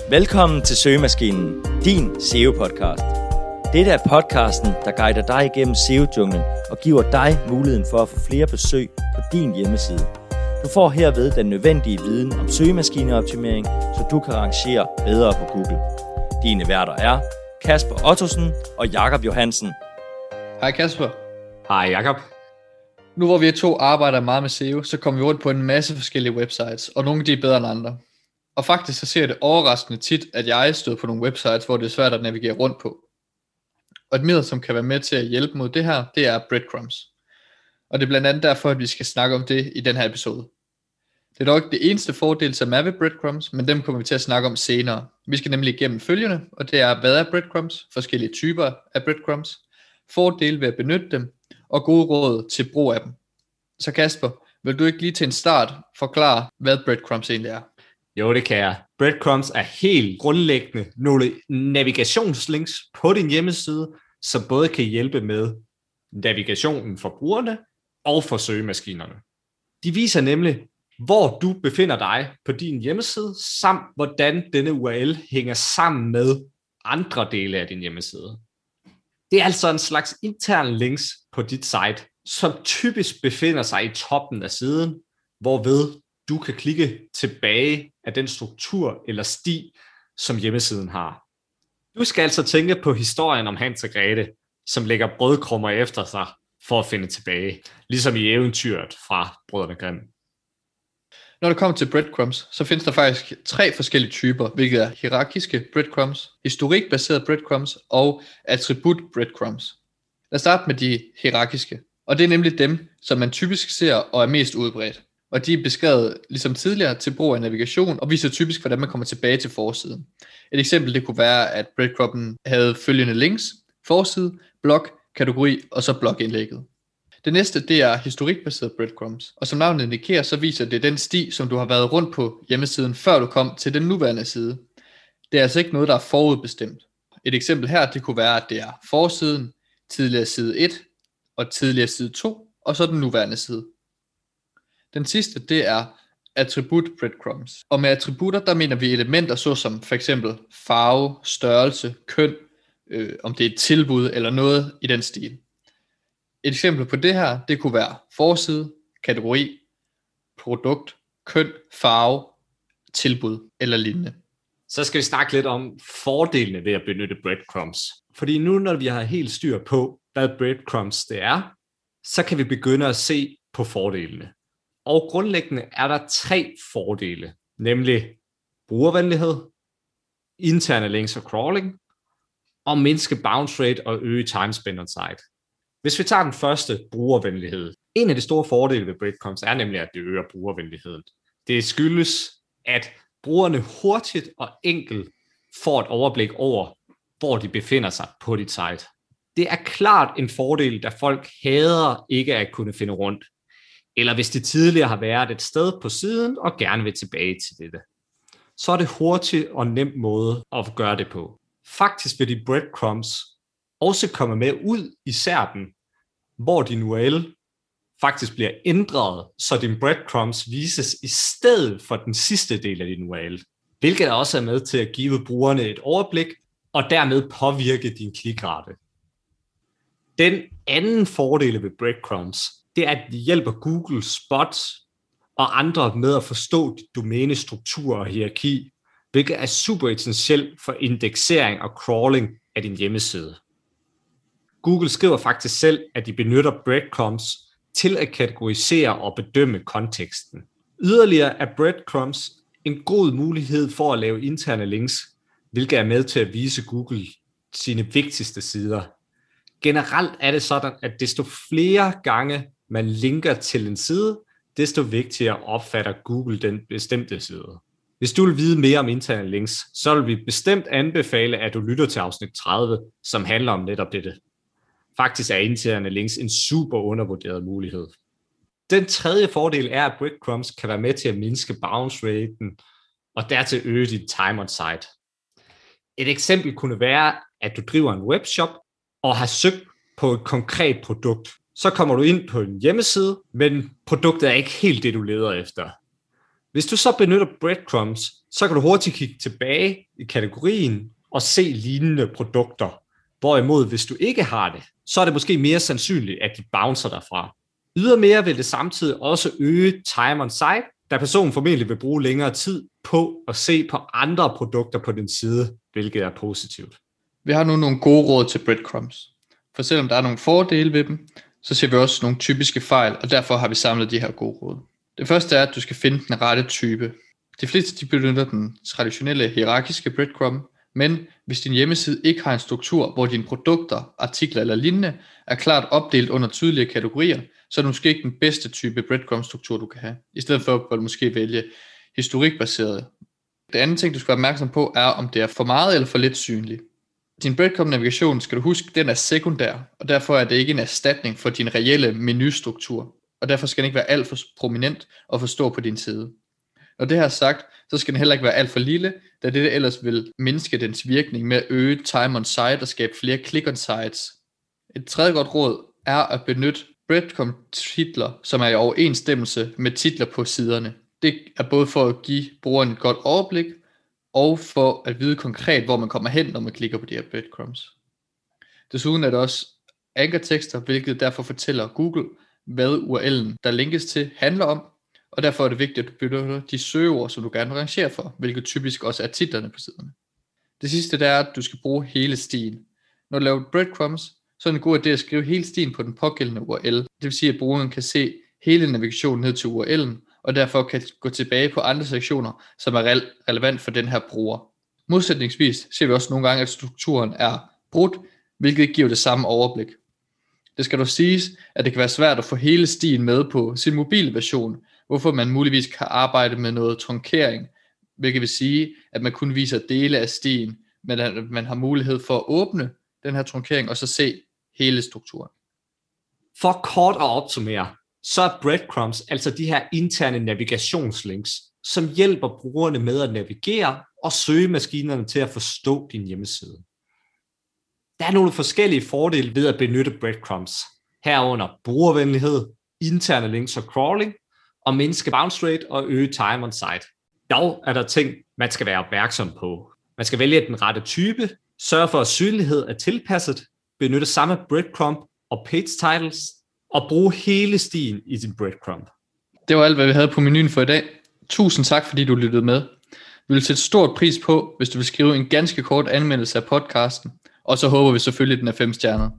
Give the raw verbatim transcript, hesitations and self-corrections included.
Velkommen til Søgemaskinen, din S E O-podcast. Dette er podcasten, der guider dig igennem S E O-junglen og giver dig muligheden for at få flere besøg på din hjemmeside. Du får herved den nødvendige viden om søgemaskineoptimering, så du kan rangere bedre på Google. Dine værter er Kasper Ottosen og Jakob Johansen. Hej Kasper. Hej Jakob. Nu hvor vi to arbejder meget med S E O, så kommer vi rundt på en masse forskellige websites, og nogle de er bedre end andre. Og faktisk så ser det overraskende tit, at jeg støder på nogle websites, hvor det er svært at navigere rundt på. Og et middel, som kan være med til at hjælpe mod det her, det er breadcrumbs. Og det er blandt andet derfor, at vi skal snakke om det i den her episode. Det er dog ikke det eneste fordel, som er ved breadcrumbs, men dem kommer vi til at snakke om senere. Vi skal nemlig igennem følgende, og det er, hvad er breadcrumbs, forskellige typer af breadcrumbs, fordele ved at benytte dem, og gode råd til brug af dem. Så Kasper, vil du ikke lige til en start forklare, hvad breadcrumbs egentlig er? Jo, det kan jeg. Breadcrumbs er helt grundlæggende nogle navigationslinks på din hjemmeside, som både kan hjælpe med navigationen for brugerne og for søgemaskinerne. De viser nemlig, hvor du befinder dig på din hjemmeside, samt hvordan denne U R L hænger sammen med andre dele af din hjemmeside. Det er altså en slags intern links på dit site, som typisk befinder sig i toppen af siden, hvorved du kan klikke tilbage af den struktur eller sti, som hjemmesiden har. Du skal altså tænke på historien om Hans og Grete, som lægger brødkrummer efter sig for at finde tilbage, ligesom i eventyret fra Brødrene Grimm. Når det kommer til breadcrumbs, så findes der faktisk tre forskellige typer, hvilket er hierarkiske breadcrumbs, historikbaserede breadcrumbs og attribut breadcrumbs. Lad os starte med de hierarkiske, og det er nemlig dem, som man typisk ser og er mest udbredt. Og de er beskrevet ligesom tidligere til brug af navigation og viser typisk, hvordan man kommer tilbage til forsiden. Et eksempel det kunne være, at breadcrumben havde følgende links, forside, blog, kategori og så blogindlægget. Det næste det er historikbaseret breadcrumbs, og som navnet indikerer, så viser det den sti, som du har været rundt på hjemmesiden, før du kom til den nuværende side. Det er altså ikke noget, der er forudbestemt. Et eksempel her, det kunne være, at det er forsiden, tidligere side et og tidligere side to, og så den nuværende side. Den sidste, det er attribut breadcrumbs. Og med attributter, der mener vi elementer såsom for eksempel farve, størrelse, køn, øh, om det er et tilbud eller noget i den stil. Et eksempel på det her, det kunne være forside, kategori, produkt, køn, farve, tilbud eller lignende. Så skal vi snakke lidt om fordelene ved at benytte breadcrumbs. Fordi nu, når vi har helt styr på, hvad breadcrumbs det er, så kan vi begynde at se på fordelene. Og grundlæggende er der tre fordele, nemlig brugervenlighed, interne links og crawling, og mindske bounce rate og øge time spent on site. Hvis vi tager den første, brugervenlighed. En af de store fordele ved breadcrumbs er nemlig, at det øger brugervenligheden. Det skyldes, at brugerne hurtigt og enkelt får et overblik over, hvor de befinder sig på dit site. Det er klart en fordel, da folk hader ikke at kunne finde rundt, eller hvis det tidligere har været et sted på siden og gerne vil tilbage til dette. Så er det hurtigt og nem måde at gøre det på. Faktisk vil de breadcrumbs også komme med ud i S E R P'en, hvor din U R L faktisk bliver ændret, så din breadcrumbs vises i stedet for den sidste del af din U R L, hvilket også er med til at give brugerne et overblik og dermed påvirke din klikrate. Den anden fordel ved breadcrumbs, det er, at de hjælper Google Spots og andre med at forstå dit domænestruktur og hierarki, hvilket er super essentielt for indeksering og crawling af din hjemmeside. Google skriver faktisk selv, at de benytter breadcrumbs til at kategorisere og bedømme konteksten. Yderligere er breadcrumbs en god mulighed for at lave interne links, hvilket er med til at vise Google sine vigtigste sider. Generelt er det sådan, at desto flere gange man linker til en side, desto vigtigere opfatter Google den bestemte side. Hvis du vil vide mere om interne links, så vil vi bestemt anbefale, at du lytter til afsnit tredive, som handler om netop dette. Faktisk er interne links en super undervurderet mulighed. Den tredje fordel er, at breadcrumbs kan være med til at mindske bounce raten og dertil øge dit time on site. Et eksempel kunne være, at du driver en webshop og har søgt på et konkret produkt. Så kommer du ind på en hjemmeside, men produktet er ikke helt det, du leder efter. Hvis du så benytter breadcrumbs, så kan du hurtigt kigge tilbage i kategorien og se lignende produkter. Hvorimod, hvis du ikke har det, så er det måske mere sandsynligt, at de bouncer derfra. Ydermere vil det samtidig også øge time on site, da personen formentlig vil bruge længere tid på at se på andre produkter på din side, hvilket er positivt. Vi har nu nogle gode råd til breadcrumbs. For selvom der er nogle fordele ved dem, så ser vi også nogle typiske fejl, og derfor har vi samlet de her gode råd. Det første er, at du skal finde den rette type. De fleste de benytter den traditionelle hierarkiske breadcrumb, men hvis din hjemmeside ikke har en struktur, hvor dine produkter, artikler eller lignende er klart opdelt under tydelige kategorier, så er det måske ikke den bedste type breadcrumb-struktur, du kan have. I stedet for at du måske vælge historikbaseret. Det andet ting, du skal være opmærksom på, er, om det er for meget eller for lidt synligt. Din breadcrumb-navigation, skal du huske, den er sekundær, og derfor er det ikke en erstatning for din reelle menustruktur, og derfor skal den ikke være alt for prominent og for stor på din side. Når det her er sagt, så skal den heller ikke være alt for lille, da det ellers vil mindske dens virkning med at øge time on site og skabe flere click on sites. Et tredje godt råd er at benytte breadcrumb-titler, som er i overensstemmelse med titler på siderne. Det er både for at give brugeren et godt overblik, og for at vide konkret, hvor man kommer hen, når man klikker på de her breadcrumbs. Desuden er det også ankertekster, hvilket derfor fortæller Google, hvad U R L'en, der linkes til, handler om, og derfor er det vigtigt, at du benytter de søgeord, som du gerne vil rangere for, hvilket typisk også er titlerne på siderne. Det sidste der er, at du skal bruge hele stien. Når du laver breadcrumbs, så er det en god idé at skrive hele stien på den pågældende U R L. Det vil sige, at brugeren kan se hele navigationen ned til U R L'en, og derfor kan gå tilbage på andre sektioner, som er re- relevant for den her bruger. Modsætningsvis ser vi også nogle gange, at strukturen er brudt, hvilket giver det samme overblik. Det skal dog siges, at det kan være svært at få hele stien med på sin mobile version, hvorfor man muligvis kan arbejde med noget trunkering, hvilket vil sige, at man kun viser dele af stien, men at man har mulighed for at åbne den her trunkering og så se hele strukturen. For kort at opsummere, så er breadcrumbs altså de her interne navigationslinks, som hjælper brugerne med at navigere og søge maskinerne til at forstå din hjemmeside. Der er nogle forskellige fordele ved at benytte breadcrumbs, herunder brugervenlighed, interne links og crawling, og mindske bounce rate og øge time on site. Dog er der ting, man skal være opmærksom på. Man skal vælge den rette type, sørge for at synlighed er tilpasset, benytte samme breadcrumb og page titles, og bruge hele stien i din breadcrumb. Det var alt, hvad vi havde på menuen for i dag. Tusind tak, fordi du lyttede med. Vi vil sætte stort pris på, hvis du vil skrive en ganske kort anmeldelse af podcasten, og så håber vi selvfølgelig, at den er fem stjerner.